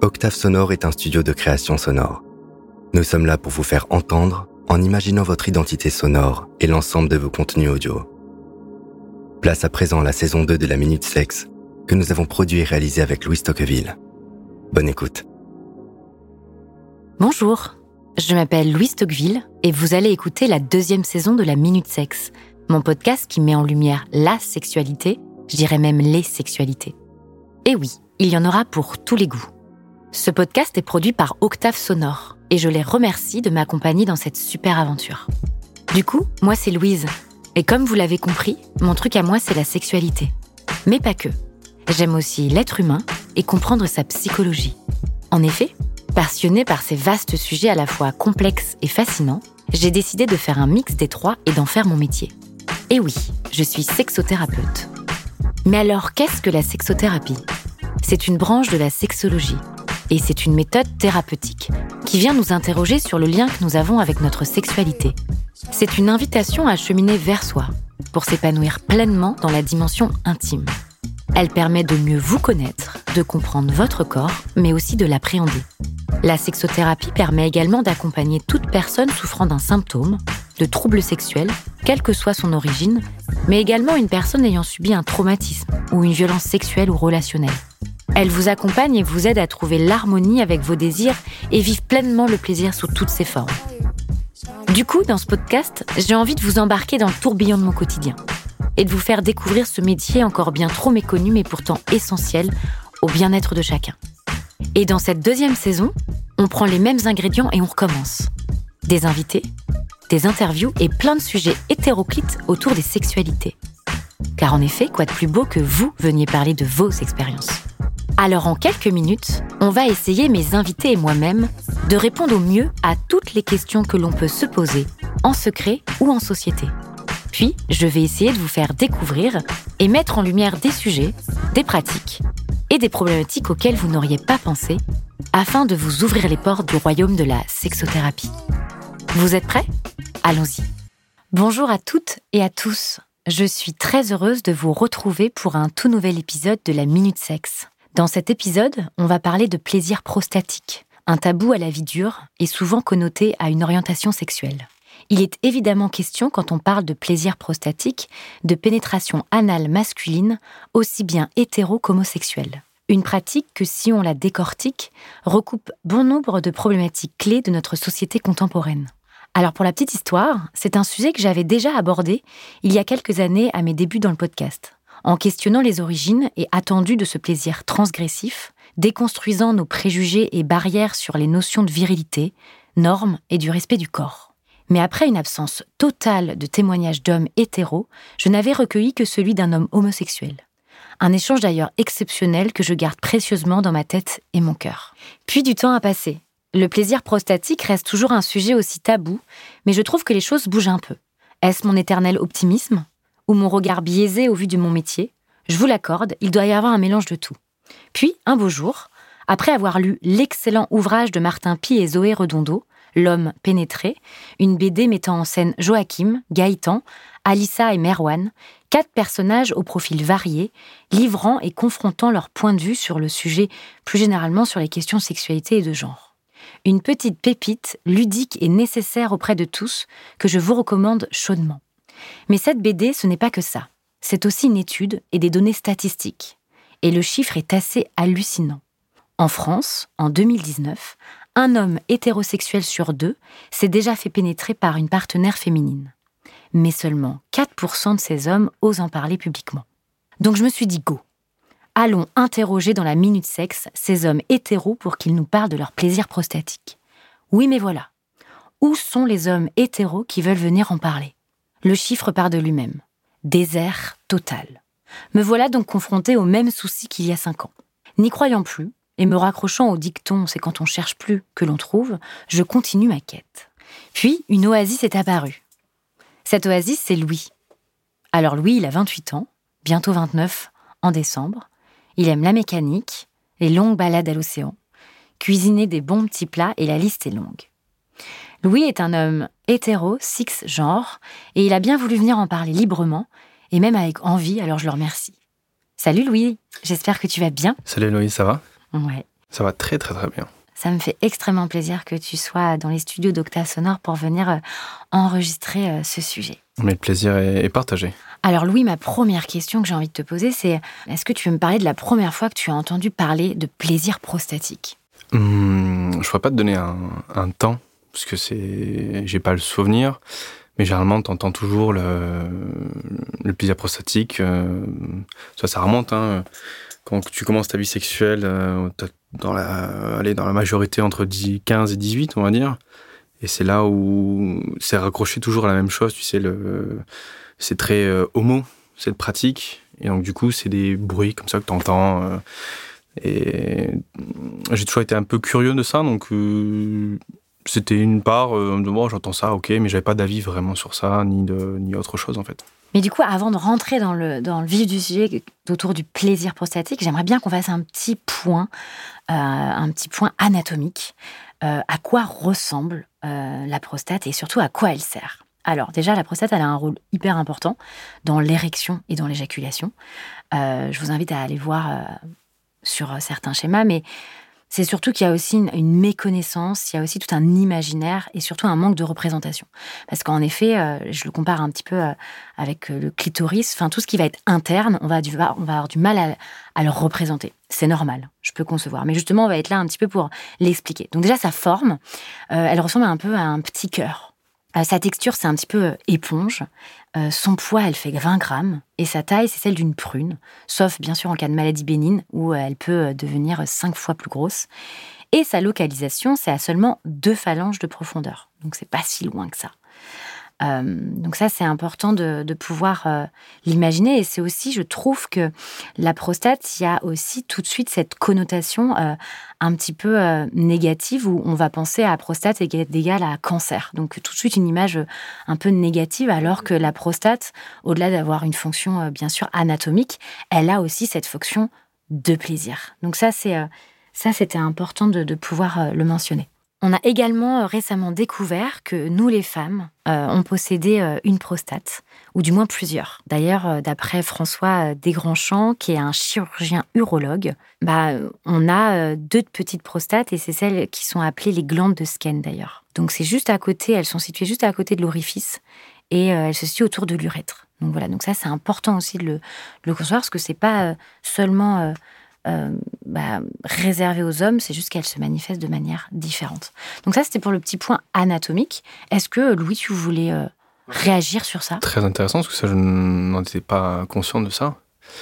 Octave Sonore est un studio de création sonore. Nous sommes là pour vous faire entendre en imaginant votre identité sonore et l'ensemble de vos contenus audio. Place à présent à la saison 2 de la Minute Sexe, que nous avons produit et réalisé avec Louise Tocqueville. Bonne écoute. Bonjour, je m'appelle Louise Tocqueville et vous allez écouter la 2e saison de la Minute Sexe, mon podcast qui met en lumière la sexualité, je dirais même les sexualités. Et oui, il y en aura pour tous les goûts. Ce podcast est produit par Octave Sonore et je les remercie de m'accompagner dans cette super aventure. Du coup, moi c'est Louise. Et comme vous l'avez compris, mon truc à moi c'est la sexualité. Mais pas que. J'aime aussi l'être humain et comprendre sa psychologie. En effet, passionnée par ces vastes sujets à la fois complexes et fascinants, j'ai décidé de faire un mix des trois et d'en faire mon métier. Et oui, je suis sexothérapeute. Mais alors, qu'est-ce que la sexothérapie ? C'est une branche de la sexologie. Et c'est une méthode thérapeutique qui vient nous interroger sur le lien que nous avons avec notre sexualité. C'est une invitation à cheminer vers soi, pour s'épanouir pleinement dans la dimension intime. Elle permet de mieux vous connaître, de comprendre votre corps, mais aussi de l'appréhender. La sexothérapie permet également d'accompagner toute personne souffrant d'un symptôme, de troubles sexuels, quelle que soit son origine, mais également une personne ayant subi un traumatisme ou une violence sexuelle ou relationnelle. Elle vous accompagne et vous aide à trouver l'harmonie avec vos désirs et vivre pleinement le plaisir sous toutes ses formes. Du coup, dans ce podcast, j'ai envie de vous embarquer dans le tourbillon de mon quotidien et de vous faire découvrir ce métier encore bien trop méconnu mais pourtant essentiel au bien-être de chacun. Et dans cette 2e saison, on prend les mêmes ingrédients et on recommence. Des invités, des interviews et plein de sujets hétéroclites autour des sexualités. Car en effet, quoi de plus beau que vous veniez parler de vos expériences ? Alors en quelques minutes, on va essayer, mes invités et moi-même, de répondre au mieux à toutes les questions que l'on peut se poser, en secret ou en société. Puis, je vais essayer de vous faire découvrir et mettre en lumière des sujets, des pratiques et des problématiques auxquelles vous n'auriez pas pensé, afin de vous ouvrir les portes du royaume de la sexothérapie. Vous êtes prêts ? Allons-y. Bonjour à toutes et à tous. Je suis très heureuse de vous retrouver pour un tout nouvel épisode de la Minute Sexe. Dans cet épisode, on va parler de plaisir prostatique, un tabou à la vie dure et souvent connoté à une orientation sexuelle. Il est évidemment question, quand on parle de plaisir prostatique, de pénétration anale masculine, aussi bien hétéro qu'homosexuelle. Une pratique que, si on la décortique, recoupe bon nombre de problématiques clés de notre société contemporaine. Alors pour la petite histoire, c'est un sujet que j'avais déjà abordé il y a quelques années à mes débuts dans le podcast, en questionnant les origines et attendus de ce plaisir transgressif, déconstruisant nos préjugés et barrières sur les notions de virilité, normes et du respect du corps. Mais après une absence totale de témoignages d'hommes hétéros, je n'avais recueilli que celui d'un homme homosexuel. Un échange d'ailleurs exceptionnel que je garde précieusement dans ma tête et mon cœur. Puis du temps a passé. Le plaisir prostatique reste toujours un sujet aussi tabou, mais je trouve que les choses bougent un peu. Est-ce mon éternel optimisme ? Ou mon regard biaisé au vu de mon métier ? Je vous l'accorde, il doit y avoir un mélange de tout. Puis, un beau jour, après avoir lu l'excellent ouvrage de Martin Py et Zoé Redondo, L'homme pénétré, une BD mettant en scène Joachim, Gaëtan, Alissa et Merwan, 4 personnages aux profils variés, livrant et confrontant leur point de vue sur le sujet, plus généralement sur les questions de sexualité et de genre. Une petite pépite, ludique et nécessaire auprès de tous, que je vous recommande chaudement. Mais cette BD, ce n'est pas que ça. C'est aussi une étude et des données statistiques. Et le chiffre est assez hallucinant. En France, en 2019, un homme hétérosexuel sur 2 s'est déjà fait pénétrer par une partenaire féminine. Mais seulement 4% de ces hommes osent en parler publiquement. Donc je me suis dit go. Allons interroger dans la Minute Sexe ces hommes hétéros pour qu'ils nous parlent de leur plaisir prostatique. Oui, mais voilà. Où sont les hommes hétéros qui veulent venir en parler ? Le chiffre part de lui-même. Désert total. Me voilà donc confrontée au même souci qu'il y a 5 ans. N'y croyant plus, et me raccrochant au dicton « c'est quand on cherche plus que l'on trouve », je continue ma quête. Puis, une oasis est apparue. Cette oasis, c'est Louis. Alors Louis, il a 28 ans, bientôt 29, en décembre. Il aime la mécanique, les longues balades à l'océan, cuisiner des bons petits plats et la liste est longue. Louis est un homme hétéro, cisgenre, et il a bien voulu venir en parler librement, et même avec envie, alors je le remercie. Salut Louis, j'espère que tu vas bien. Salut Louis, ça va ? Ouais. Ça va très très très bien. Ça me fait extrêmement plaisir que tu sois dans les studios d'Octave Sonore pour venir enregistrer ce sujet. Mais le plaisir est partagé. Alors Louis, ma première question que j'ai envie de te poser, c'est est-ce que tu veux me parler de la première fois que tu as entendu parler de plaisir prostatique ? Je ne pourrais pas te donner un temps, parce que j'ai pas le souvenir, mais généralement, tu entends toujours le plaisir prostatique. Ça remonte, hein. Quand tu commences ta vie sexuelle, dans la majorité entre 15 et 18, on va dire. Et c'est là où c'est raccroché toujours à la même chose, tu sais, c'est très homo, cette pratique. Et donc, du coup, c'est des bruits comme ça que tu entends. Et j'ai toujours été un peu curieux de ça, donc c'était une part de moi, j'entends ça, ok, mais j'avais pas d'avis vraiment sur ça, ni autre chose en fait. Mais du coup, avant de rentrer dans le vif du sujet autour du plaisir prostatique, j'aimerais bien qu'on fasse un petit point anatomique. À quoi ressemble la prostate et surtout à quoi elle sert. Alors déjà, la prostate, elle a un rôle hyper important dans l'érection et dans l'éjaculation. Je vous invite à aller voir sur certains schémas, mais c'est surtout qu'il y a aussi une méconnaissance, il y a aussi tout un imaginaire et surtout un manque de représentation. Parce qu'en effet, je le compare un petit peu avec le clitoris, enfin tout ce qui va être interne, on va avoir du mal à le représenter. C'est normal, je peux concevoir. Mais justement, on va être là un petit peu pour l'expliquer. Donc déjà, sa forme, elle ressemble un peu à un petit cœur. Sa texture, c'est un petit peu éponge. Son poids, elle fait 20 grammes. Et sa taille, c'est celle d'une prune. Sauf, bien sûr, en cas de maladie bénigne, où elle peut devenir 5 fois plus grosse. Et sa localisation, c'est à seulement 2 phalanges de profondeur. Donc, c'est pas si loin que ça. Donc ça, c'est important de pouvoir l'imaginer. Et c'est aussi, je trouve que la prostate, il y a aussi tout de suite cette connotation un petit peu négative où on va penser à prostate égale à cancer. Donc tout de suite une image un peu négative, alors que la prostate, au-delà d'avoir une fonction bien sûr anatomique, elle a aussi cette fonction de plaisir. Donc ça, c'était important de pouvoir le mentionner. On a également récemment découvert que nous, les femmes, on possédait une prostate, ou du moins plusieurs. D'ailleurs, d'après François Desgrandchamps, qui est un chirurgien urologue, on a 2 petites prostates, et c'est celles qui sont appelées les glandes de Skene, d'ailleurs. Donc c'est juste à côté, elles sont situées juste à côté de l'orifice, et elles se situent autour de l'urètre. Donc voilà, donc ça c'est important aussi de le concevoir, parce que c'est pas seulement réservée aux hommes, c'est juste qu'elle se manifeste de manière différente. Donc ça, c'était pour le petit point anatomique. Est-ce que, Louis, tu voulais réagir sur ça ? Très intéressant, parce que ça, je n'en étais pas conscient de ça.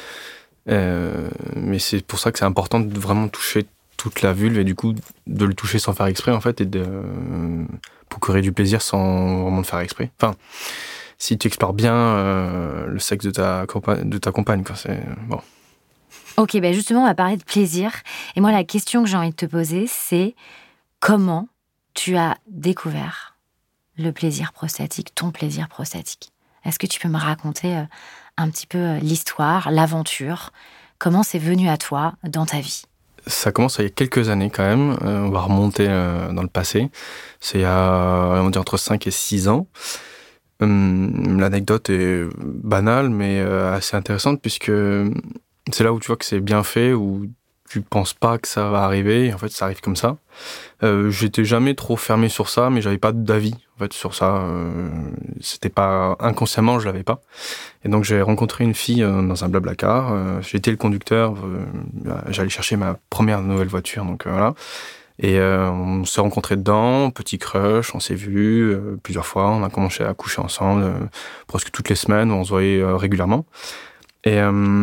Mais c'est pour ça que c'est important de vraiment toucher toute la vulve, et du coup, de le toucher sans faire exprès, en fait, et de procurer du plaisir sans vraiment le faire exprès. Enfin, si tu explores bien le sexe de ta compagne, quoi, c'est bon. Ok, justement, on va parler de plaisir. Et moi, la question que j'ai envie de te poser, c'est comment tu as découvert le plaisir prostatique, ton plaisir prostatique ? Est-ce que tu peux me raconter un petit peu l'histoire, l'aventure ? Comment c'est venu à toi dans ta vie ? Ça commence il y a quelques années quand même. On va remonter dans le passé. C'est il y a, on dit, entre 5 et 6 ans. L'anecdote est banale, mais assez intéressante, puisque c'est là où tu vois que c'est bien fait, où tu penses pas que ça va arriver, et en fait ça arrive comme ça. J'étais jamais trop fermé sur ça, mais j'avais pas d'avis en fait sur ça. C'était pas inconsciemment, je l'avais pas. Et donc j'ai rencontré une fille dans un Blablacar. J'étais le conducteur. J'allais chercher ma première nouvelle voiture, donc voilà. Et on s'est rencontrés dedans, petit crush, on s'est vus plusieurs fois. On a commencé à coucher ensemble presque toutes les semaines, on se voyait régulièrement. Et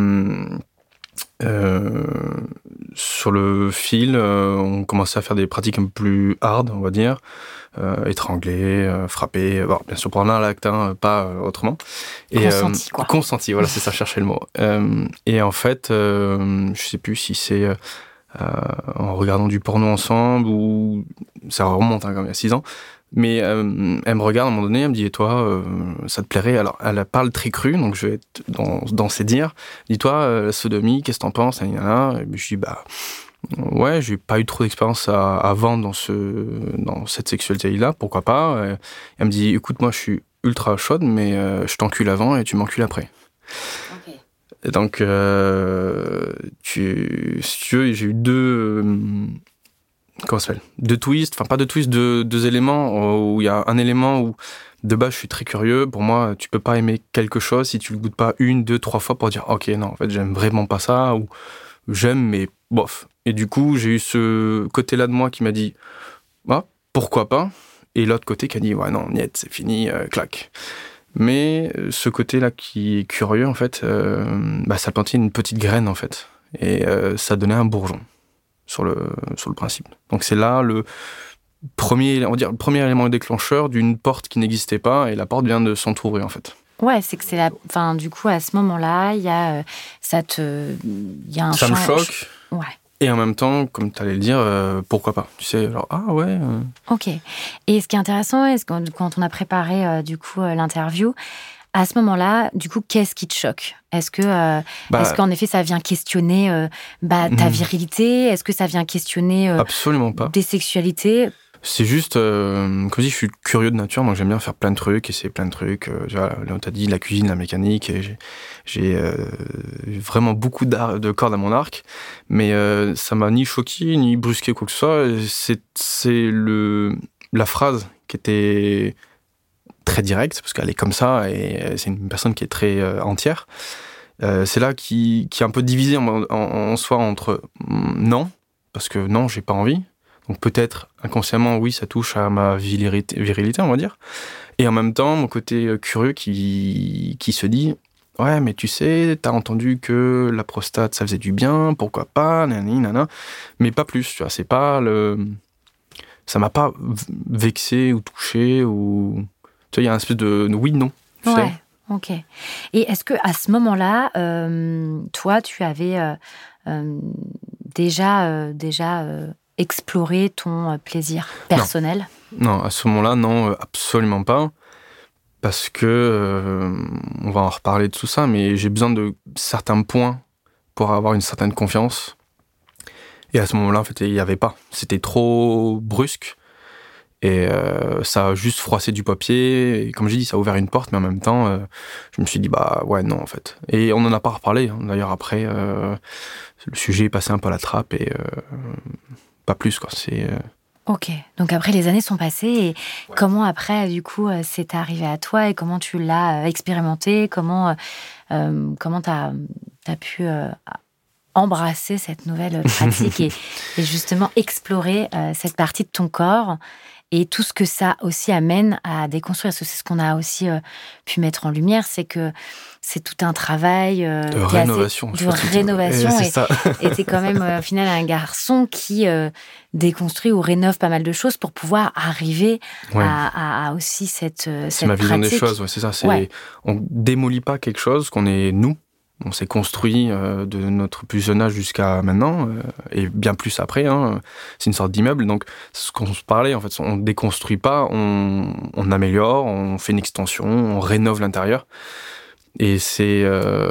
sur le fil, on commençait à faire des pratiques un peu plus hard, on va dire, étrangler, frapper, bon, bien sûr pour un acte, hein, pas autrement. Et, consenti, quoi. Consenti, voilà, c'est ça, chercher le mot. Et en fait, je sais plus si c'est en regardant du porno ensemble, ou ça remonte hein, quand même il y a 6 ans. Mais elle me regarde à un moment donné, elle me dit « Et toi, ça te plairait ?» Alors, elle parle très cru, donc je vais être dans ses dires. « Dis-toi, la sodomie, qu'est-ce que t'en penses ?» Et je dis « Ouais, j'ai pas eu trop d'expérience avant dans cette sexualité-là, pourquoi pas ?» Elle me dit « Écoute, moi, je suis ultra chaude, mais je t'encule avant et tu m'encules après. » Ok. Et donc, si tu veux, j'ai eu deux twists, enfin pas deux twists, deux éléments où il y a un élément où de base je suis très curieux. Pour moi, tu peux pas aimer quelque chose si tu le goûtes pas 1, 2, 3 fois pour dire ok, non, en fait j'aime vraiment pas ça, ou j'aime mais bof. Et du coup, j'ai eu ce côté-là de moi qui m'a dit ah, pourquoi pas, et l'autre côté qui a dit ouais non, niet, c'est fini, clac. Mais ce côté-là qui est curieux, en fait, ça plantait une petite graine, en fait. Et ça donnait un bourgeon sur le principe. Donc c'est là le premier élément déclencheur d'une porte qui n'existait pas, et la porte vient de s'entrouvrir, en fait. Ouais, c'est que c'est enfin, du coup, à ce moment-là, il y a un ça me choque. Ouais. Et en même temps, comme tu allais le dire, pourquoi pas? Tu sais, genre, ah ouais. Ok. Et ce qui est intéressant, quand on a préparé l'interview, à ce moment-là, du coup, qu'est-ce qui te choque? Est-ce qu'en effet, ça vient questionner ta virilité? Est-ce que ça vient questionner absolument pas. Des sexualités? C'est juste, comme je dis, je suis curieux de nature, donc j'aime bien faire plein de trucs, essayer plein de trucs. Là, on t'a dit la cuisine, la mécanique, et j'ai vraiment beaucoup de cordes à mon arc, mais ça m'a ni choqué, ni brusqué quoi que ce soit. C'est la phrase qui était très directe, parce qu'elle est comme ça, et c'est une personne qui est très entière. C'est là qui est un peu divisé en soi entre non, parce que non, j'ai pas envie. Donc peut-être inconsciemment, oui, ça touche à ma virilité, on va dire. Et en même temps, mon côté curieux qui se dit « Ouais, mais tu sais, t'as entendu que la prostate, ça faisait du bien, pourquoi pas, nanani, nana. » Mais pas plus, tu vois, c'est pas ça m'a pas vexé ou touché, ou... Tu vois, il y a un espèce de oui-non, tu sais. Ok. Et est-ce qu'à ce moment-là, toi, tu avais déjà explorer ton plaisir personnel? Non, à ce moment-là, non, absolument pas. Parce que, on va en reparler de tout ça, mais j'ai besoin de certains points pour avoir une certaine confiance. Et à ce moment-là, en fait, il n'y avait pas. C'était trop brusque. Et ça a juste froissé du papier. Et comme j'ai dit, ça a ouvert une porte, mais en même temps, je me suis dit, bah ouais, non, en fait. Et on n'en a pas reparlé. Hein. D'ailleurs, après, le sujet est passé un peu à la trappe, et... pas plus, quoi. Ok, donc après les années sont passées, et comment après, du coup, c'est arrivé à toi, et comment tu l'as expérimenté, comment t'as pu embrasser cette nouvelle pratique et justement explorer cette partie de ton corps et tout ce que ça aussi amène à déconstruire. Parce que c'est ce qu'on a aussi pu mettre en lumière, c'est que c'est tout un travail de rénovation. Et t'es quand même, au final, un garçon qui déconstruit ou rénove pas mal de choses pour pouvoir arriver à aussi cette pratique. C'est ma vision des choses, c'est ça. On démolit pas quelque chose qu'on est nous. On s'est construit de notre plus jeune âge jusqu'à maintenant, et bien plus après. Hein. C'est une sorte d'immeuble, donc c'est ce qu'on se parlait. En fait, on déconstruit pas, on améliore, on fait une extension, on rénove l'intérieur. Et c'était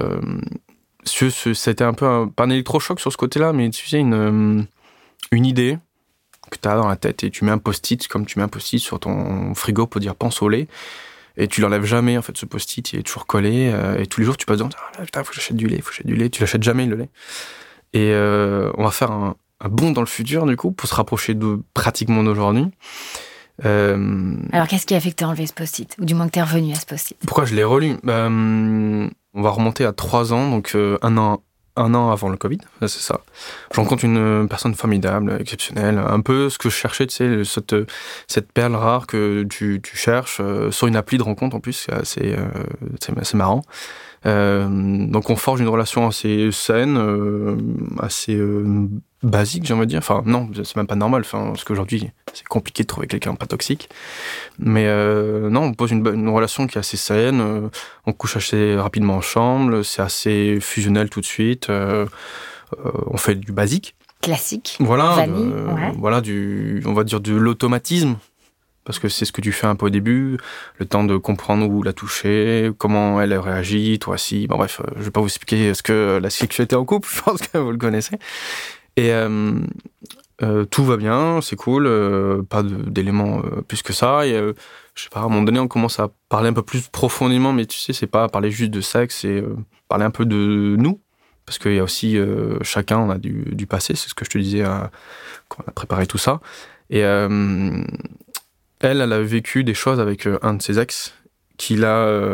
un peu pas un électrochoc sur ce côté-là, mais tu sais, une idée que tu as dans la tête, et tu mets un post-it, comme tu mets un post-it sur ton frigo pour dire pense au lait. Et tu l'enlèves jamais, en fait, ce post-it, il est toujours collé. Et tous les jours, tu passes devant, putain, faut que j'achète du lait. Tu l'achètes jamais, le lait. Et on va faire un bond dans le futur, du coup, pour se rapprocher pratiquement d'aujourd'hui. Alors, qu'est-ce qui a fait que tu as enlevé ce post-it? Ou du moins que tu es revenu à ce post-it? Pourquoi je l'ai relu? On va remonter à 3 ans, donc un an avant le Covid, c'est ça. Je rencontre une personne formidable, exceptionnelle, un peu ce que je cherchais, tu sais, cette perle rare que tu cherches, sur une appli de rencontre en plus, c'est assez marrant. Donc on forge une relation assez saine, assez basique, j'ai envie de dire. Enfin non, c'est même pas normal, parce qu'aujourd'hui c'est compliqué de trouver quelqu'un pas toxique. Mais non, on pose une relation qui est assez saine, on couche assez rapidement ensemble, c'est assez fusionnel tout de suite, on fait du basique. Classique. Voilà, vanille, voilà on va dire de l'automatisme. Parce que c'est ce que tu fais un peu au début, le temps de comprendre où la toucher, comment elle réagit, toi aussi. Bon, bref, je vais pas vous expliquer ce que la sexualité en couple, je pense que vous le connaissez. Et tout va bien, c'est cool, pas d'éléments plus que ça. Et je sais pas, à un moment donné, on commence à parler un peu plus profondément, mais tu sais, c'est pas parler juste de sexe, c'est parler un peu de nous. Parce qu'il y a aussi, chacun, on a du passé, c'est ce que je te disais quand on a préparé tout ça. Et elle a vécu des choses avec un de ses ex qui lui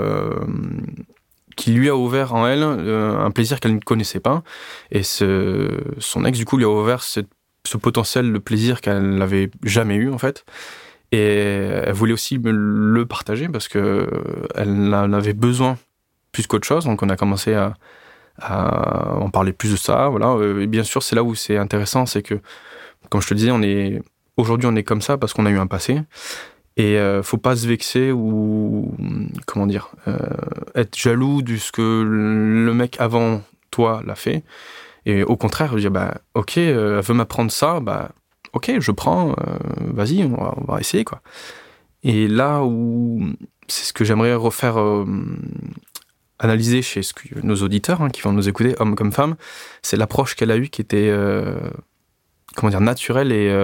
a ouvert en elle un plaisir qu'elle ne connaissait pas. Et son ex, du coup, lui a ouvert ce potentiel de plaisir qu'elle n'avait jamais eu, en fait. Et elle voulait aussi me le partager parce qu'elle en avait besoin plus qu'autre chose. Donc, on a commencé à en parler plus de ça. Voilà. Et bien sûr, c'est là où c'est intéressant, c'est que, comme je te disais, aujourd'hui, on est comme ça parce qu'on a eu un passé. Et faut pas se vexer ou comment dire être jaloux de ce que le mec avant toi l'a fait. Et au contraire, dire ok, elle veut m'apprendre ça, ok, je prends, vas-y, on va essayer quoi. Et là où c'est ce que j'aimerais refaire analyser chez nos auditeurs qui vont nous écouter, hommes comme femmes, c'est l'approche qu'elle a eue qui était naturelle et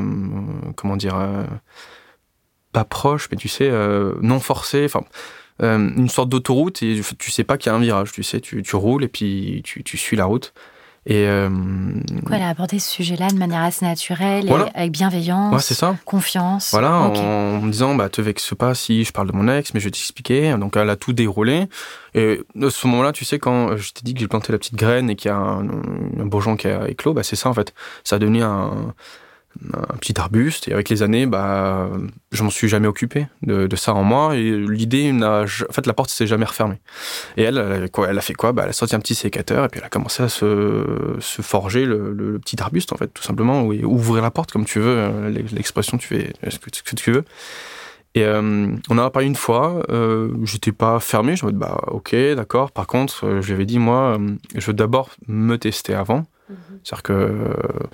pas proche, mais tu sais, non forcé, enfin, une sorte d'autoroute et tu sais pas qu'il y a un virage, tu sais, tu roules et puis tu suis la route. Et quoi, elle a abordé ce sujet-là de manière assez naturelle, voilà. et avec bienveillance, ouais, c'est ça. Confiance. Voilà, okay. En me disant, te vexe pas si je parle de mon ex, mais je vais t'expliquer. Donc elle a tout déroulé. Et à ce moment-là, tu sais, quand je t'ai dit que j'ai planté la petite graine et qu'il y a un bourgeon qui a éclos, c'est ça en fait. Ça a donné un petit arbuste, et avec les années, je m'en suis jamais occupé de ça en moi, et l'idée en fait, la porte s'est jamais refermée. Et elle a fait quoi? Elle a sorti un petit sécateur, et puis elle a commencé à se forger le petit arbuste, en fait, tout simplement, et ouvrir la porte comme tu veux, l'expression, tu fais ce que tu veux. Et on en a parlé une fois, j'étais pas fermé, je me dis, ok, d'accord, par contre, je lui avais dit, moi, je veux d'abord me tester avant, c'est-à-dire que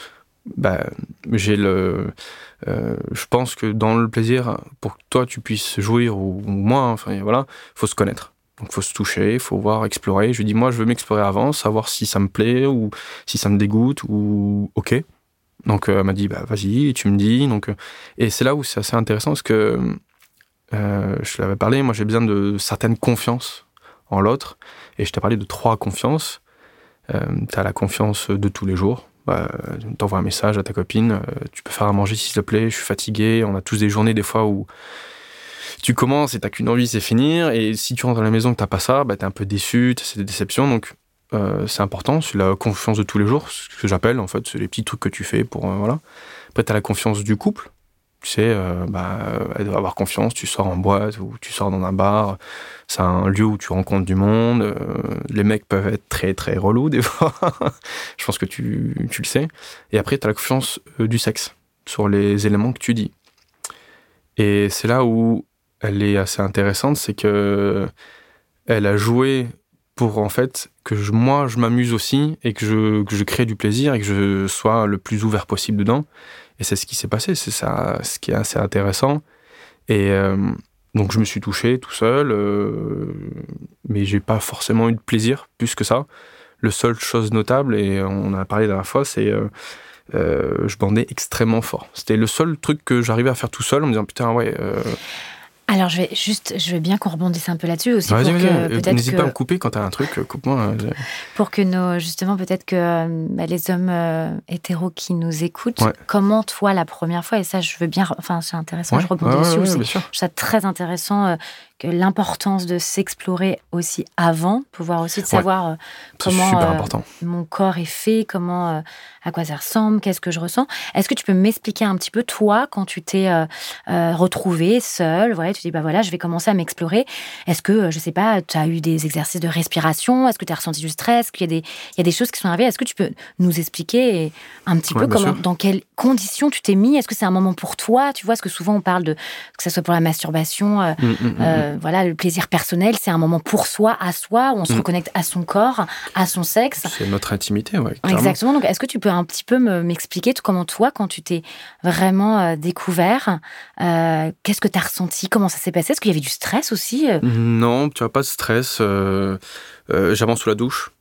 je pense que dans le plaisir, pour que toi tu puisses jouir ou moi, enfin voilà, faut se connaître. Donc faut se toucher, faut voir, explorer. Je lui dis moi je veux m'explorer avant, savoir si ça me plaît ou si ça me dégoûte ou ok. Donc elle m'a dit vas-y, tu me dis. Donc et c'est là où c'est assez intéressant parce que je te l'avais parlé, moi j'ai besoin de certaines confiances en l'autre et je t'ai parlé de 3 confiances. T'as la confiance de tous les jours. T'envoies un message à ta copine, tu peux faire à manger s'il te plaît, je suis fatigué, on a tous des journées des fois où tu commences et t'as qu'une envie, c'est finir, et si tu rentres à la maison et que t'as pas ça, t'es un peu déçu, c'est des déceptions, donc c'est important, c'est la confiance de tous les jours, ce que j'appelle en fait, c'est les petits trucs que tu fais pour voilà. Après t'as la confiance du couple, tu sais, elle doit avoir confiance, tu sors en boîte ou tu sors dans un bar, c'est un lieu où tu rencontres du monde, les mecs peuvent être très très relous des fois, je pense que tu le sais, et après t'as la confiance du sexe, sur les éléments que tu dis. Et c'est là où elle est assez intéressante, c'est que elle a joué pour en fait que moi je m'amuse aussi et que je crée du plaisir et que je sois le plus ouvert possible dedans. Et c'est ce qui s'est passé, c'est ça, ce qui est assez intéressant. Et donc je me suis touché tout seul, mais j'ai pas forcément eu de plaisir plus que ça. La seule chose notable, et on en a parlé la dernière fois, c'est je bandais extrêmement fort. C'était le seul truc que j'arrivais à faire tout seul en me disant putain ouais. Alors je veux bien qu'on rebondisse un peu là-dessus aussi. Vas-y, peut-être n'hésite pas à me couper quand t'as un truc, coupe-moi. Pour que justement peut-être que les hommes hétéros qui nous écoutent, ouais. Comment toi la première fois, et ça je veux bien, enfin c'est intéressant, je rebondis dessus aussi. Je trouve ça très intéressant que l'importance de s'explorer aussi avant, pouvoir aussi de savoir comment mon corps est fait, comment à quoi ça ressemble, qu'est-ce que je ressens. Est-ce que tu peux m'expliquer un petit peu toi quand tu t'es retrouvée seule, voilà, tu dis je vais commencer à m'explorer. Est-ce que je sais pas, tu as eu des exercices de respiration, est-ce que tu as ressenti du stress, qu'il y a des choses qui sont arrivées, est-ce que tu peux nous expliquer un petit peu dans quelles conditions tu t'es mis, est-ce que c'est un moment pour toi, tu vois, parce que souvent on parle de que ça soit pour la masturbation, voilà, le plaisir personnel, c'est un moment pour soi, à soi, où on se reconnecte à son corps, à son sexe. C'est notre intimité, ouais. Clairement. Exactement. Donc, est-ce que tu peux un petit peu m'expliquer comment toi, quand tu t'es vraiment découvert, qu'est-ce que tu as ressenti, comment ça s'est passé? Est-ce qu'il y avait du stress aussi? Non, tu n'as pas de stress. J'avance sous la douche.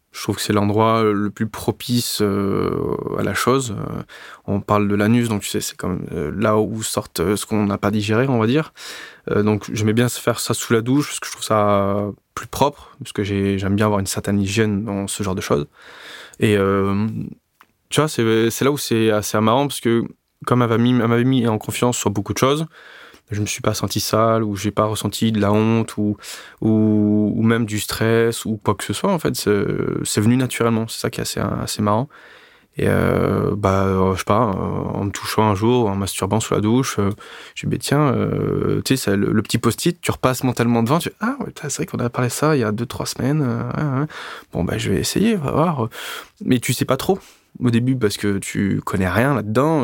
Je trouve que c'est l'endroit le plus propice à la chose. On parle de l'anus, donc tu sais, c'est quand même là où sortent ce qu'on n'a pas digéré, on va dire. Donc j'aimais bien faire ça sous la douche, parce que je trouve ça plus propre, parce que j'aime bien avoir une certaine hygiène dans ce genre de choses. Et tu vois, c'est là où c'est assez marrant, parce que comme elle m'avait mis en confiance sur beaucoup de choses, je me suis pas senti sale, ou j'ai pas ressenti de la honte, ou même du stress, ou quoi que ce soit. En fait, c'est venu naturellement. C'est ça qui est assez marrant. Et je sais pas, en me touchant un jour, en masturbant sous la douche, je me dis tiens, tu sais, c'est le petit post-it, tu repasses mentalement devant, tu dis ah ouais, c'est vrai qu'on a parlé de ça il y a 2-3 semaines. Bon je vais essayer, on va voir. Mais tu sais pas trop au début parce que tu connais rien là-dedans.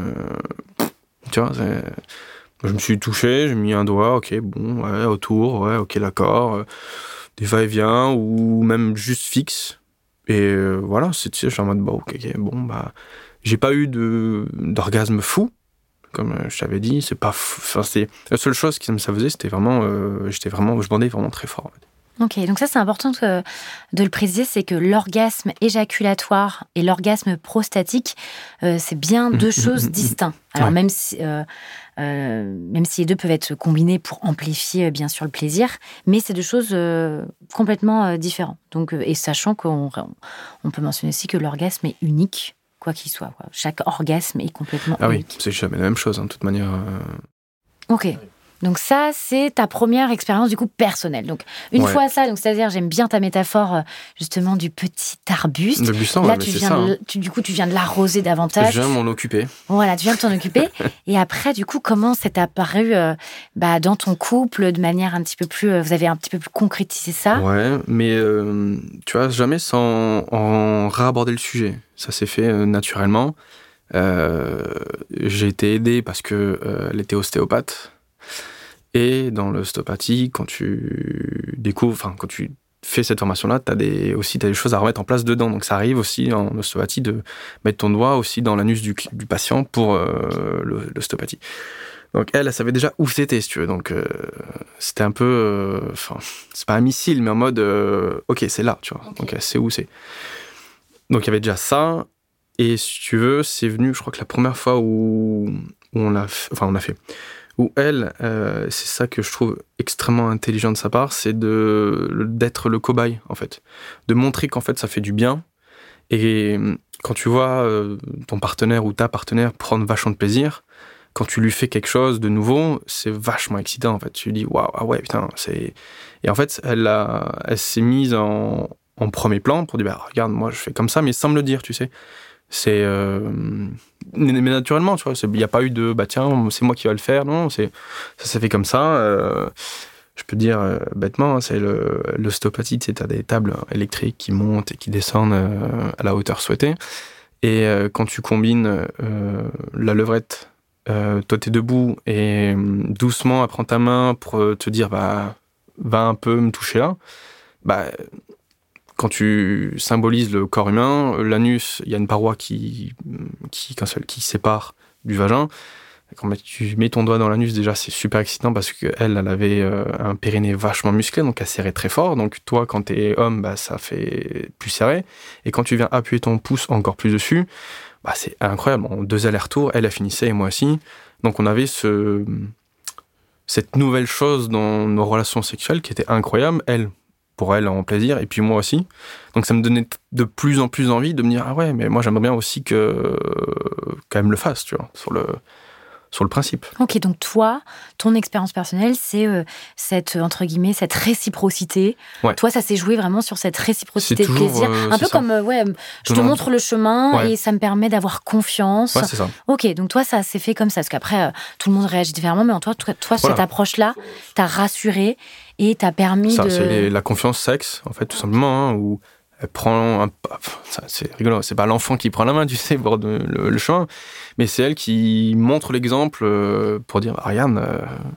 Tu vois, je me suis touché, j'ai mis un doigt, ok, bon, ouais, autour, ouais, ok, d'accord. Des va-et-vient ou même juste fixe. Et voilà, tu sais, je suis en mode, ok, bon, j'ai pas eu d'orgasme fou, comme je t'avais dit. C'est pas, c'est la seule chose qui me ça faisait, c'était vraiment, je bandais vraiment très fort. En fait. Ok, donc ça c'est important de le préciser, c'est que l'orgasme éjaculatoire et l'orgasme prostatique, c'est bien deux choses distinctes. Alors même si les deux peuvent être combinés pour amplifier bien sûr le plaisir, mais c'est deux choses complètement différentes. Donc, et sachant qu'on peut mentionner aussi que l'orgasme est unique, quoi qu'il soit. Quoi. Chaque orgasme est complètement unique. Oui, c'est jamais la même chose, de toute manière. Ok. Donc ça, c'est ta première expérience du coup personnelle. Donc une fois ça, donc c'est-à-dire j'aime bien ta métaphore justement du petit arbuste. Le buisson, là tu viens tu viens de l'arroser davantage. Je viens m'en occuper. Voilà, tu viens de t'en occuper. Et après, du coup, comment c'est apparu dans ton couple de manière un petit peu plus, vous avez un petit peu plus concrétisé ça. Ouais, mais tu vois, jamais sans en réaborder le sujet. Ça s'est fait naturellement. J'ai été aidé parce que elle était ostéopathe. Et dans l'ostéopathie, quand tu fais cette formation-là, t'as des choses à remettre en place dedans. Donc ça arrive aussi en ostéopathie de mettre ton doigt aussi dans l'anus du patient pour l'ostéopathie. Donc elle savait déjà où c'était, si tu veux. Donc c'était un peu, c'est pas un missile, mais en mode, ok, c'est là, tu vois. Okay. Donc elle sait où c'est. Donc il y avait déjà ça. Et si tu veux, c'est venu, je crois que la première fois où on a fait. Où elle, c'est ça que je trouve extrêmement intelligent de sa part, c'est d'être le cobaye, en fait. De montrer qu'en fait, ça fait du bien. Et quand tu vois ton partenaire ou ta partenaire prendre vachement de plaisir, quand tu lui fais quelque chose de nouveau, c'est vachement excitant, en fait. Tu lui dis, waouh, ah ouais, putain, c'est... Et en fait, elle s'est mise en premier plan pour dire, regarde, moi, je fais comme ça, mais sans me le dire, tu sais. C'est mais naturellement, tu vois, il n'y a pas eu de tiens, c'est moi qui va le faire. Non, ça s'est fait comme ça. Je peux dire bêtement, c'est l'ostéopathie, tu sais, t'as des tables électriques qui montent et qui descendent à la hauteur souhaitée. Et quand tu combines la levrette, toi t'es debout et doucement elle prend ta main pour te dire va un peu me toucher là. Quand tu symbolises le corps humain, l'anus, il y a une paroi qui sépare du vagin. Quand tu mets ton doigt dans l'anus, déjà, c'est super excitant parce qu'elle avait un périnée vachement musclé, donc elle serrait très fort. Donc toi, quand t'es homme, ça fait plus serré. Et quand tu viens appuyer ton pouce encore plus dessus, c'est incroyable. En 2 allers-retours, elle a finissé et moi aussi. Donc on avait cette nouvelle chose dans nos relations sexuelles qui était incroyable. Pour elle en plaisir, et puis moi aussi. Donc ça me donnait de plus en plus envie de me dire, ah ouais, mais moi j'aimerais bien aussi qu'elle me le fasse, tu vois, sur le principe. Ok, donc toi, ton expérience personnelle, c'est cette, entre guillemets, cette réciprocité. Ouais. Toi, ça s'est joué vraiment sur cette réciprocité de plaisir. Un peu ça. Comme, je te montre le chemin et ça me permet d'avoir confiance. Ouais, c'est ça. Ok, donc toi, ça s'est fait comme ça. Parce qu'après, tout le monde réagit différemment, mais en toi voilà. Cette approche-là, t'as rassuré et t'as permis ça, c'est la confiance sexe, en fait, tout simplement, où elle prend c'est rigolo, c'est pas l'enfant qui prend la main, tu sais, pour le chemin, mais c'est elle qui montre l'exemple pour dire, regarde,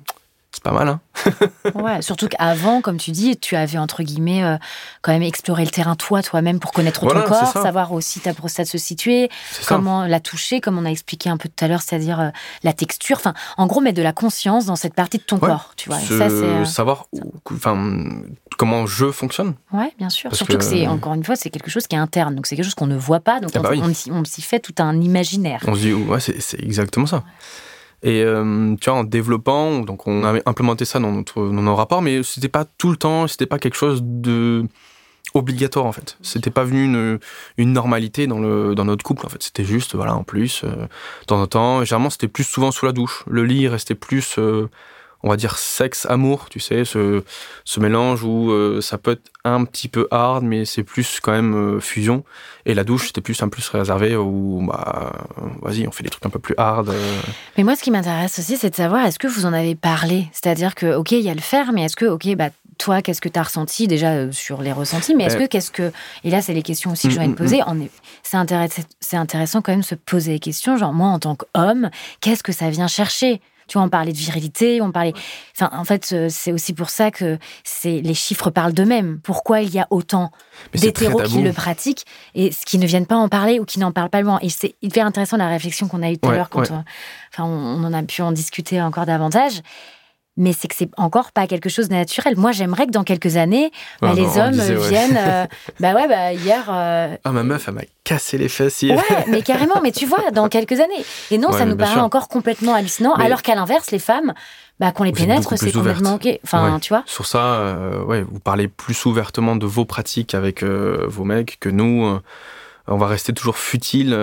c'est pas mal, hein. Ouais, surtout qu'avant, comme tu dis, tu avais, entre guillemets, quand même exploré le terrain toi-même pour connaître ton corps, savoir aussi ta prostate se situer, comment la toucher, comme on a expliqué un peu tout à l'heure, c'est-à-dire la texture. Enfin, en gros, mettre de la conscience dans cette partie de ton corps, tu vois. Et ça, c'est... Savoir comment je fonctionne. Ouais, bien sûr. Surtout que c'est, encore une fois, c'est quelque chose qui est interne. Donc, c'est quelque chose qu'on ne voit pas. Donc, on s'y fait tout un imaginaire. On se dit, ouais, c'est exactement ça. Ouais. Et tu vois, en développant, donc on avait implémenté ça dans nos rapports, mais c'était pas tout le temps, c'était pas quelque chose de obligatoire en fait. C'était pas venu une normalité dans notre couple en fait. C'était juste, voilà, en plus, de temps en temps. Généralement, c'était plus souvent sous la douche. Le lit restait plus, on va dire, sexe-amour, tu sais, ce mélange où ça peut être un petit peu hard, mais c'est plus quand même fusion. Et la douche, c'était plus réservé où, vas-y, on fait des trucs un peu plus hard. Mais moi, ce qui m'intéresse aussi, c'est de savoir, est-ce que vous en avez parlé ? C'est-à-dire que, ok, il y a le faire, mais est-ce que, toi, qu'est-ce que tu as ressenti déjà sur les ressentis ? Mais qu'est-ce que... Et là, c'est les questions aussi que je viens de poser. C'est intéressant quand même de se poser les questions. Genre, moi, en tant qu'homme, qu'est-ce que ça vient chercher ? Tu vois, on parlait de virilité, Enfin, en fait, c'est aussi pour ça que les chiffres parlent d'eux-mêmes. Pourquoi il y a autant d'hétéros qui le pratiquent et qui ne viennent pas en parler ou qui n'en parlent pas loin. Et c'est hyper intéressant la réflexion qu'on a eue tout à l'heure quand on en a pu en discuter encore davantage. Mais c'est que c'est encore pas quelque chose de naturel. Moi, j'aimerais que dans quelques années, les hommes viennent... hier... ma meuf, elle m'a cassé les fesses hier. Ouais, mais carrément, mais tu vois, dans quelques années. Et non, ça nous paraît encore complètement hallucinant, alors qu'à l'inverse, les femmes, qu'on les pénètre, c'est complètement OK. Enfin, tu vois. Sur ça, vous parlez plus ouvertement de vos pratiques avec vos mecs que nous. On va rester toujours futile.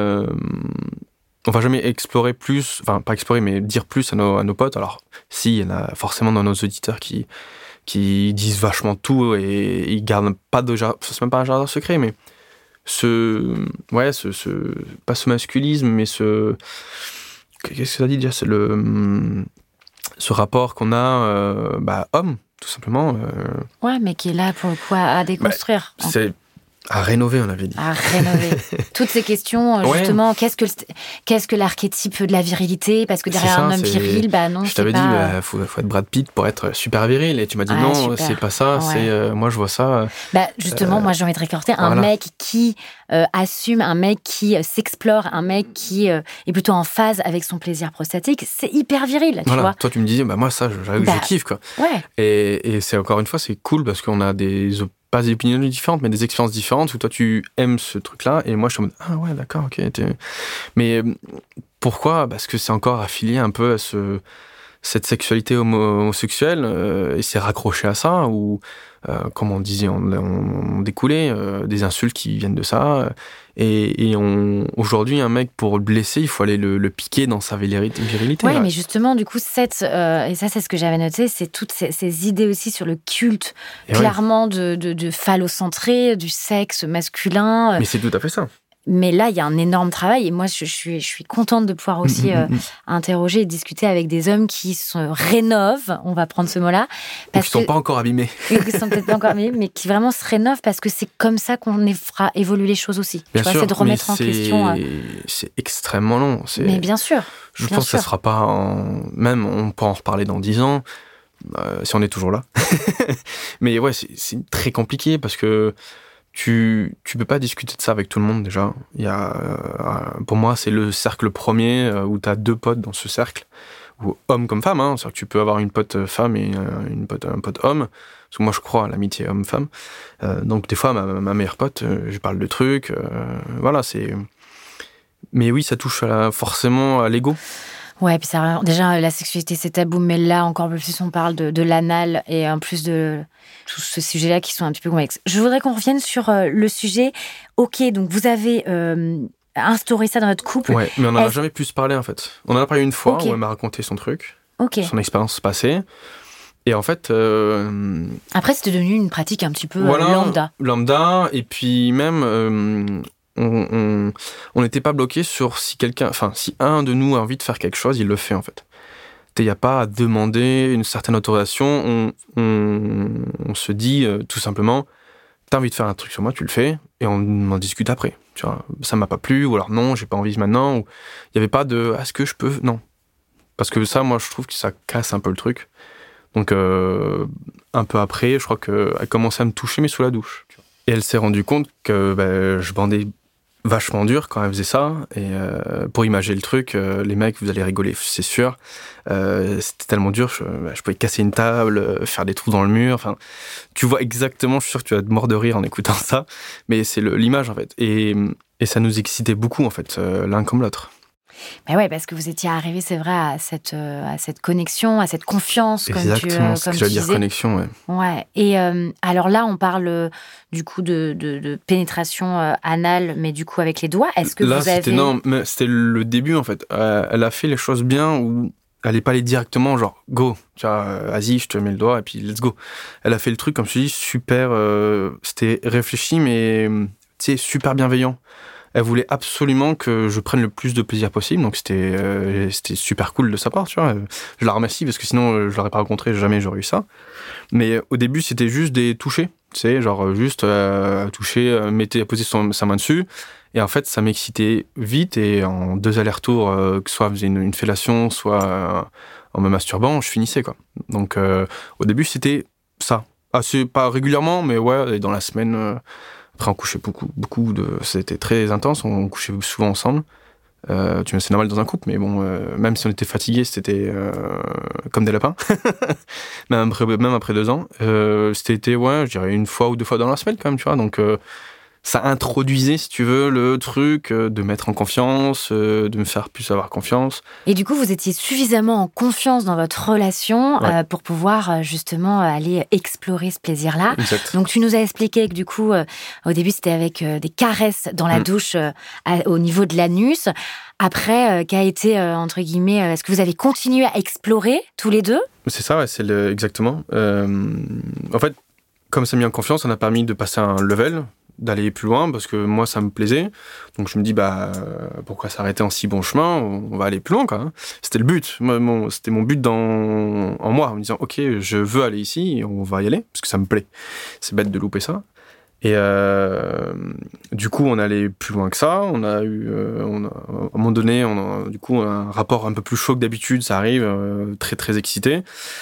On va jamais explorer plus, enfin pas explorer, mais dire plus à nos potes. Alors, si, il y en a forcément dans nos auditeurs qui disent vachement tout et ils gardent pas c'est même pas un jardin secret, mais pas ce masculisme, mais qu'est-ce que ça dit déjà ? C'est ce rapport qu'on a, homme, tout simplement. Ouais, mais qui est là pour le coup à déconstruire. C'est à rénover, on avait dit. À rénover. Toutes ces questions, justement, qu'est-ce que l'archétype de la virilité ? Parce que derrière un homme viril, non, je t'avais dit, faut être Brad Pitt pour être super viril. Et tu m'as dit, non, super. C'est pas ça. Ouais. C'est, moi, je vois ça. Justement, moi, j'ai envie de récorter un mec qui assume, un mec qui s'explore, un mec qui est plutôt en phase avec son plaisir prostatique. C'est hyper viril, tu vois. Toi, tu me disais, moi, ça, je kiffe, quoi. Ouais. Et c'est encore une fois, c'est cool parce qu'on a pas des opinions différentes, mais des expériences différentes où toi tu aimes ce truc-là et moi je suis en mode ah ouais d'accord ok. Mais pourquoi ? Parce que c'est encore affilié un peu à cette sexualité homosexuelle et c'est raccroché à ça ou comme on disait on découlait des insultes qui viennent de ça et aujourd'hui un mec pour le blesser il faut aller le piquer dans sa virilité. Ouais, mais justement du coup et ça c'est ce que j'avais noté, c'est toutes ces idées aussi sur le culte clairement de phallocentré, du sexe masculin. Mais c'est tout à fait ça. Mais là, il y a un énorme travail. Et moi, je suis contente de pouvoir aussi interroger et discuter avec des hommes qui se rénovent, on va prendre ce mot-là. Ou qui ne sont pas encore abîmés. Qui ne sont peut-être pas encore abîmés, mais qui vraiment se rénovent parce que c'est comme ça qu'on fera évoluer les choses aussi. Bien sûr, c'est de remettre en question. C'est extrêmement long. Mais bien sûr. Je pense que ça ne sera pas... Même, on peut en reparler dans 10 ans, si on est toujours là. Mais ouais, c'est très compliqué parce que tu peux pas discuter de ça avec tout le monde déjà. Il y a, pour moi, c'est le cercle premier où tu as 2 potes dans ce cercle, ou homme comme femme. C'est-à-dire que tu peux avoir une pote femme et un pote homme. Parce que moi, je crois à l'amitié homme-femme. Donc des fois, ma meilleure pote, je parle de trucs. Voilà, c'est. Mais oui, ça touche forcément à l'ego. Ouais, puis ça, déjà, la sexualité, c'est tabou, mais là, encore plus, on parle de l'anal et en plus de tous ces sujets-là qui sont un petit peu complexes. Je voudrais qu'on revienne sur le sujet. Ok, donc vous avez instauré ça dans votre couple. Ouais, mais on n'en a jamais pu se parler, en fait. On en a parlé une fois où elle m'a raconté son truc, son expérience passée. Et en fait... Après, c'était devenu une pratique un petit peu lambda, et puis même... on n'était pas bloqué sur si un de nous a envie de faire quelque chose, il le fait en fait. Il n'y a pas à demander une certaine autorisation, on se dit tout simplement, t'as envie de faire un truc sur moi, tu le fais, et on en discute après. Tu vois, ça m'a pas plu, ou alors non, j'ai pas envie maintenant, ou il n'y avait pas de est-ce que je peux ? Non. Parce que ça, moi je trouve que ça casse un peu le truc. Donc, un peu après, je crois qu'elle commençait à me toucher, mais sous la douche. Tu vois. Et elle s'est rendue compte que je bandais vachement dur quand elle faisait ça. Et pour imager le truc, les mecs, vous allez rigoler, c'est sûr. C'était tellement dur, je pouvais casser une table, faire des trous dans le mur. Enfin, tu vois exactement, je suis sûr que tu vas te mordre de rire en écoutant ça. Mais c'est l'image, en fait. Et ça nous excitait beaucoup, en fait, l'un comme l'autre. Mais ouais, parce que vous étiez arrivé, c'est vrai, à cette connexion, à cette confiance, Exactement, ce que j'allais dire, connexion, ouais. Ouais. Et alors là, on parle du coup de pénétration anale, mais du coup avec les doigts. Est-ce que là, vous avez... Non, mais c'était le début, en fait. Elle a fait les choses bien, où elle n'est pas allée directement, genre, go, tu vois, vas-y, je te mets le doigt, et puis let's go. Elle a fait le truc, comme je te dis, super, c'était réfléchi, mais, tu sais, super bienveillant. Elle voulait absolument que je prenne le plus de plaisir possible, donc c'était super cool de sa part, tu vois. Je la remercie parce que sinon je l'aurais pas rencontrée, jamais j'aurais eu ça. Mais au début c'était juste des touchés, tu sais, genre juste toucher, poser sa main dessus. Et en fait ça m'excitait vite et en 2 allers-retours, que soit faisait une fellation, soit en me masturbant, je finissais quoi. Donc au début c'était ça, assez pas régulièrement, mais ouais, dans la semaine. Après, on couchait beaucoup c'était très intense, on couchait souvent ensemble. C'est normal dans un couple, mais bon, même si on était fatigués, c'était comme des lapins. même après 2 ans. C'était, ouais, je dirais 1 fois ou 2 fois dans la semaine quand même, tu vois. Donc, ça introduisait, si tu veux, le truc de mettre en confiance, de me faire plus avoir confiance. Et du coup, vous étiez suffisamment en confiance dans votre relation pour pouvoir justement aller explorer ce plaisir-là. Exact. Donc, tu nous as expliqué que du coup, au début, c'était avec des caresses dans la douche au niveau de l'anus. Après, qu'a été, entre guillemets, est-ce que vous avez continué à explorer tous les deux ? C'est ça, ouais, exactement. En fait, comme ça m'a mis en confiance, ça m'a permis de passer un level, d'aller plus loin, parce que moi, ça me plaisait. Donc, je me dis, pourquoi s'arrêter en si bon chemin ? On va aller plus loin, quoi. C'était le but. C'était mon but en moi, en me disant, OK, je veux aller ici, et on va y aller, parce que ça me plaît. C'est bête de louper ça. Et du coup, on allait plus loin que ça. On a eu, à un moment donné, du coup, un rapport un peu plus chaud que d'habitude. Ça arrive, très très excité.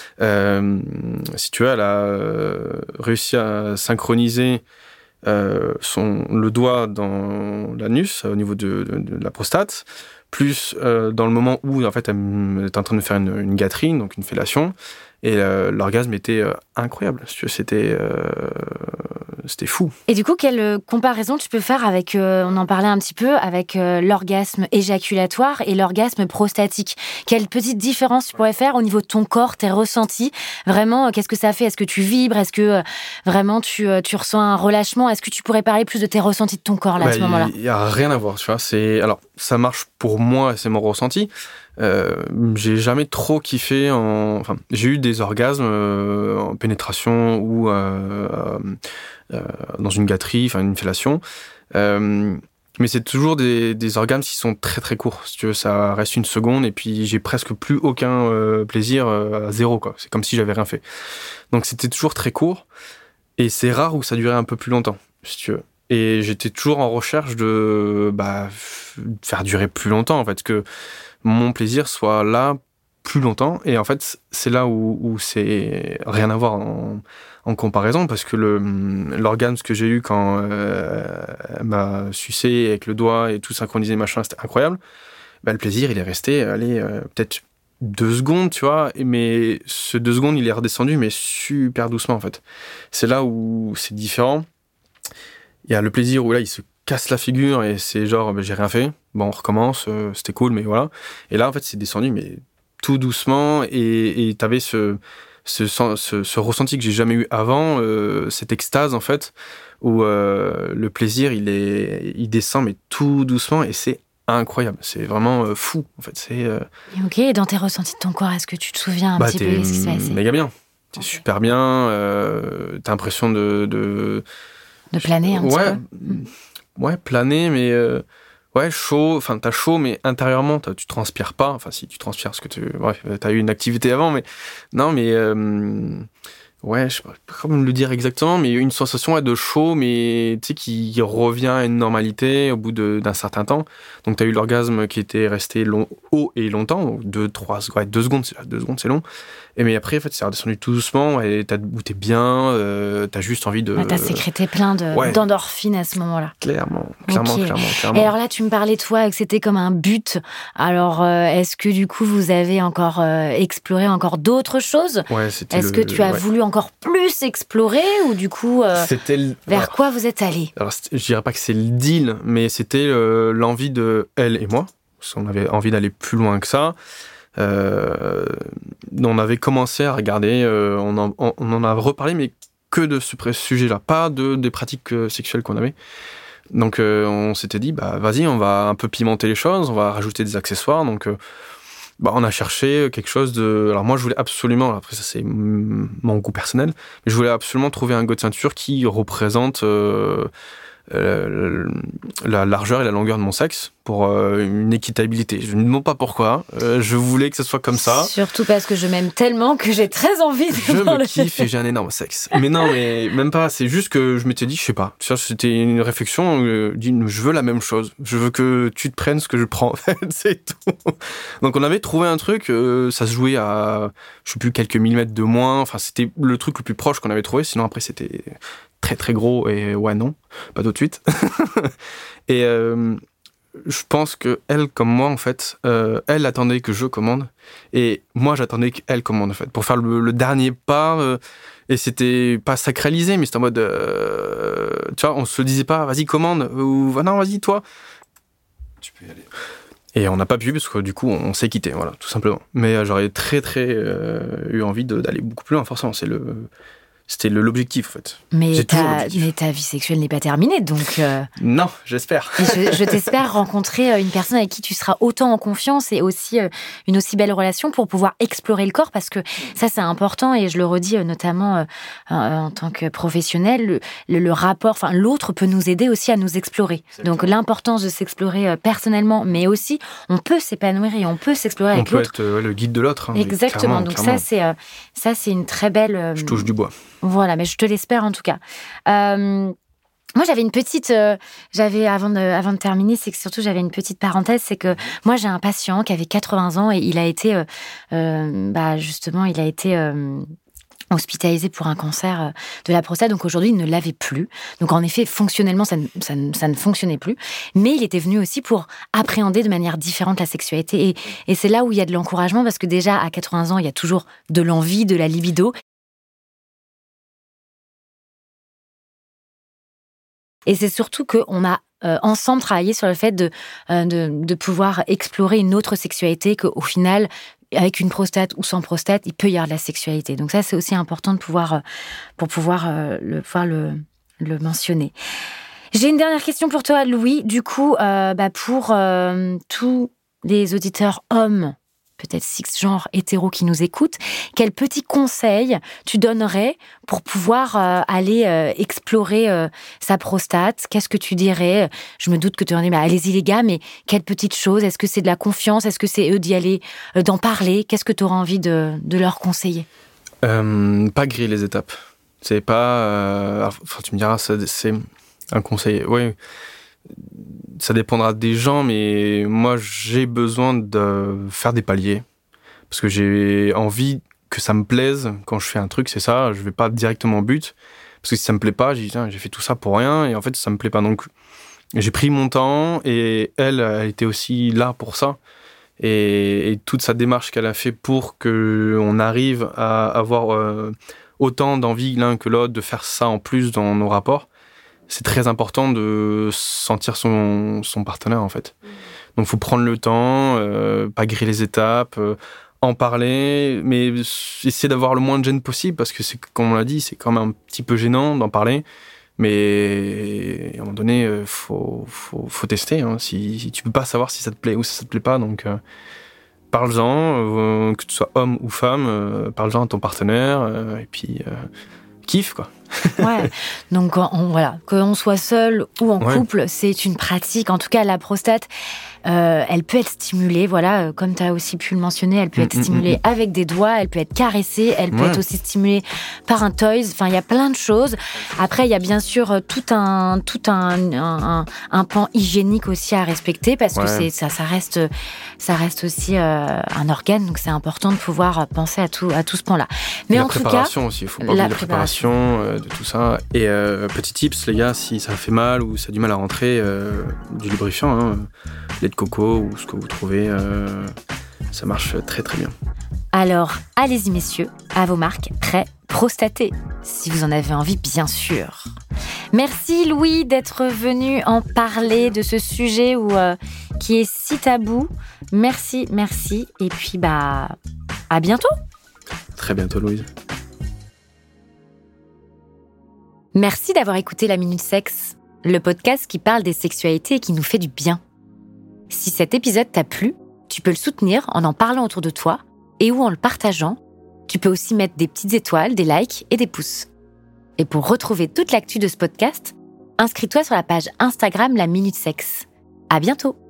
Si tu veux, elle a réussi à synchroniser le doigt dans l'anus au niveau de la prostate, plus dans le moment où en fait elle était en train de faire une gâterie, donc une fellation, et l'orgasme était incroyable. C'était fou. Et du coup, quelle comparaison tu peux faire avec, on en parlait un petit peu, avec l'orgasme éjaculatoire et l'orgasme prostatique ? Quelle petite différence tu pourrais faire au niveau de ton corps, tes ressentis ? Vraiment, qu'est-ce que ça fait ? Est-ce que tu vibres ? Est-ce que vraiment tu ressens un relâchement ? Est-ce que tu pourrais parler plus de tes ressentis de ton corps là, à ce moment-là ? Il n'y a rien à voir, tu vois. Alors, ça marche pour moi, c'est mon ressenti. J'ai jamais trop kiffé j'ai eu des orgasmes en pénétration ou dans une gâterie, une fellation, mais c'est toujours des orgasmes qui sont très très courts, si tu veux. Ça reste 1 seconde et puis j'ai presque plus aucun plaisir, à 0 quoi. C'est comme si j'avais rien fait, donc c'était toujours très court et c'est rare où ça durait un peu plus longtemps, si tu veux. Et j'étais toujours en recherche de faire durer plus longtemps, en fait, que mon plaisir soit là plus longtemps. Et en fait, c'est là où c'est rien à voir en comparaison, parce que l'orgasme que j'ai eu quand elle m'a sucé avec le doigt et tout synchronisé, machin, c'était incroyable. Le plaisir, il est resté, peut-être 2 secondes, tu vois, mais ce 2 secondes, il est redescendu, mais super doucement, en fait. C'est là où c'est différent. Il y a le plaisir où là, il se casse la figure et c'est genre, j'ai rien fait. Bon, on recommence, c'était cool, mais voilà. Et là, en fait, c'est descendu, mais tout doucement. Et t'avais ce ressenti que j'ai jamais eu avant, cette extase, en fait, où le plaisir, il descend, mais tout doucement, et c'est incroyable. C'est vraiment fou, en fait. Ok, et dans tes ressentis de ton corps, est-ce que tu te souviens un petit peu de ce qui s'est passé ? Méga bien. T'es super bien. T'as l'impression de planer un petit peu. Ouais, planer, mais chaud. Enfin, t'as chaud, mais intérieurement, tu transpires pas. Enfin, si tu transpires parce que t'as eu une activité avant, mais non, mais Ouais, je sais pas comment le dire exactement, mais une sensation de chaud, mais tu sais, qui revient à une normalité au bout d'un certain temps. Donc, tu as eu l'orgasme qui était resté haut et longtemps, 2 secondes, 2 secondes, c'est long. Mais après, en fait, c'est redescendu tout doucement, et t'es bien, t'as juste envie de... Ouais, t'as sécrété plein d'endorphines à ce moment-là. Clairement. Et alors là, tu me parlais, toi, que c'était comme un but. Alors, est-ce que du coup, vous avez encore exploré encore d'autres choses ? Ouais, c'était Est-ce que tu as voulu encore plus explorer, ou du coup, vers quoi vous êtes allés ? Alors, je dirais pas que c'est le deal, mais c'était l'envie de elle et moi, parce qu'on avait envie d'aller plus loin que ça. On avait commencé à regarder, on en a reparlé, mais que de ce sujet-là, pas des pratiques sexuelles qu'on avait. Donc on s'était dit, vas-y, on va un peu pimenter les choses, on va rajouter des accessoires. Donc on a cherché quelque chose de... Alors moi, je voulais absolument, après ça c'est mon goût personnel, mais je voulais absolument trouver un go de ceinture qui représente la largeur et la longueur de mon sexe pour une équitabilité. Je ne me demande pas pourquoi. Je voulais que ce soit comme ça. Surtout parce que je m'aime tellement que j'ai très envie de... Je me kiffe et j'ai un énorme sexe. Mais non, mais même pas. C'est juste que je m'étais dit, je sais pas. C'était une réflexion. Je veux la même chose. Je veux que tu te prennes ce que je prends. C'est tout. Donc on avait trouvé un truc. Ça se jouait à, je sais plus, quelques millimètres de moins. Enfin, c'était le truc le plus proche qu'on avait trouvé. Sinon après c'était très très gros et ouais non, pas tout de suite. Et je pense que elle comme moi en fait, elle attendait que je commande et moi j'attendais qu'elle commande en fait pour faire le dernier pas. Et c'était pas sacralisé, mais c'était en mode, tu vois, on se disait pas vas-y commande ou non vas-y toi. Tu peux y aller. Et on n'a pas pu parce que du coup on s'est quitté, voilà, tout simplement. Mais j'aurais très très eu envie d'aller beaucoup plus loin, forcément. C'était l'objectif, en fait. Mais ta vie sexuelle n'est pas terminée, donc... Non, j'espère. Je t'espère rencontrer une personne avec qui tu seras autant en confiance et aussi une aussi belle relation pour pouvoir explorer le corps, parce que ça, c'est important, et je le redis notamment en tant que professionnel, le rapport, enfin, l'autre peut nous aider aussi à nous explorer. Donc, l'importance de s'explorer personnellement, mais aussi, on peut s'épanouir et on peut s'explorer avec l'autre. On peut être le guide de l'autre. Hein, exactement, donc clairement. Ça, c'est une très belle... Je touche du bois. Voilà, mais je te l'espère en tout cas. Moi, j'avais une petite... avant de terminer, c'est que surtout, j'avais une petite parenthèse, c'est que moi, j'ai un patient qui avait 80 ans et il a été... justement, il a été... hospitalisé pour un cancer de la prostate, donc aujourd'hui il ne l'avait plus. Donc en effet, fonctionnellement, ça ne fonctionnait plus, mais il était venu aussi pour appréhender de manière différente la sexualité. Et c'est là où il y a de l'encouragement, parce que déjà à 80 ans, il y a toujours de l'envie, de la libido. Et c'est surtout qu'on a ensemble travaillé sur le fait de pouvoir explorer une autre sexualité, qu'au final, avec une prostate ou sans prostate, il peut y avoir de la sexualité. Donc ça, c'est aussi important de pouvoir le mentionner. J'ai une dernière question pour toi, Louis. Du coup, pour tous les auditeurs hommes, peut-être cisgenres, hétéros qui nous écoutent, quel petit conseil tu donnerais pour pouvoir aller explorer sa prostate ? Qu'est-ce que tu dirais ? Je me doute que tu en dis, allez-y les gars, mais quelle petite chose ? Est-ce que c'est de la confiance ? Est-ce que c'est eux d'y aller, d'en parler ? Qu'est-ce que tu auras envie de leur conseiller ? Pas griller les étapes. C'est pas... tu me diras, c'est un conseil. Oui, ça dépendra des gens, mais moi, j'ai besoin de faire des paliers. Parce que j'ai envie que ça me plaise quand je fais un truc, c'est ça. Je vais pas directement au but. Parce que si ça me plaît pas, je dis, tiens, j'ai fait tout ça pour rien. Et en fait, ça me plaît pas. Donc, j'ai pris mon temps et elle était aussi là pour ça. Et toute sa démarche qu'elle a fait pour qu'on arrive à avoir autant d'envie l'un que l'autre de faire ça en plus dans nos rapports, c'est très important de sentir son partenaire, en fait. Donc, il faut prendre le temps, pas griller les étapes, en parler, mais essayer d'avoir le moins de gêne possible, parce que, comme on l'a dit, c'est quand même un petit peu gênant d'en parler. Mais à un moment donné, faut tester. Hein. Si tu peux pas savoir si ça te plaît ou si ça te plaît pas, donc parle-en, que tu sois homme ou femme, parle-en à ton partenaire, et puis kiffe, quoi. Ouais, donc voilà, qu'on soit seul ou en couple, c'est une pratique. En tout cas, la prostate, Elle peut être stimulée, voilà, comme tu as aussi pu le mentionner, elle peut être stimulée avec des doigts, elle peut être caressée, elle peut être aussi stimulée par un toys. Enfin, il y a plein de choses. Après, il y a bien sûr tout un pan hygiénique aussi à respecter parce que ça reste aussi un organe, donc c'est important de pouvoir penser à tout ce pan-là. Mais en tout cas, la préparation aussi, il faut pas oublier la préparation de tout ça. Et petit tips, les gars, si ça fait mal ou ça a du mal à rentrer, du lubrifiant, lait de coco ou ce que vous trouvez, ça marche très très bien. Alors, allez-y messieurs, à vos marques, prêts, prostatez, si vous en avez envie, bien sûr. Merci Louis d'être venu en parler de ce sujet qui est si tabou. Merci. Et puis, à bientôt. Très bientôt, Louise. Merci d'avoir écouté La Minute Sexe, le podcast qui parle des sexualités et qui nous fait du bien. Si cet épisode t'a plu, tu peux le soutenir en parlant autour de toi et ou en le partageant. Tu peux aussi mettre des petites étoiles, des likes et des pouces. Et pour retrouver toute l'actu de ce podcast, inscris-toi sur la page Instagram La Minute Sexe. À bientôt!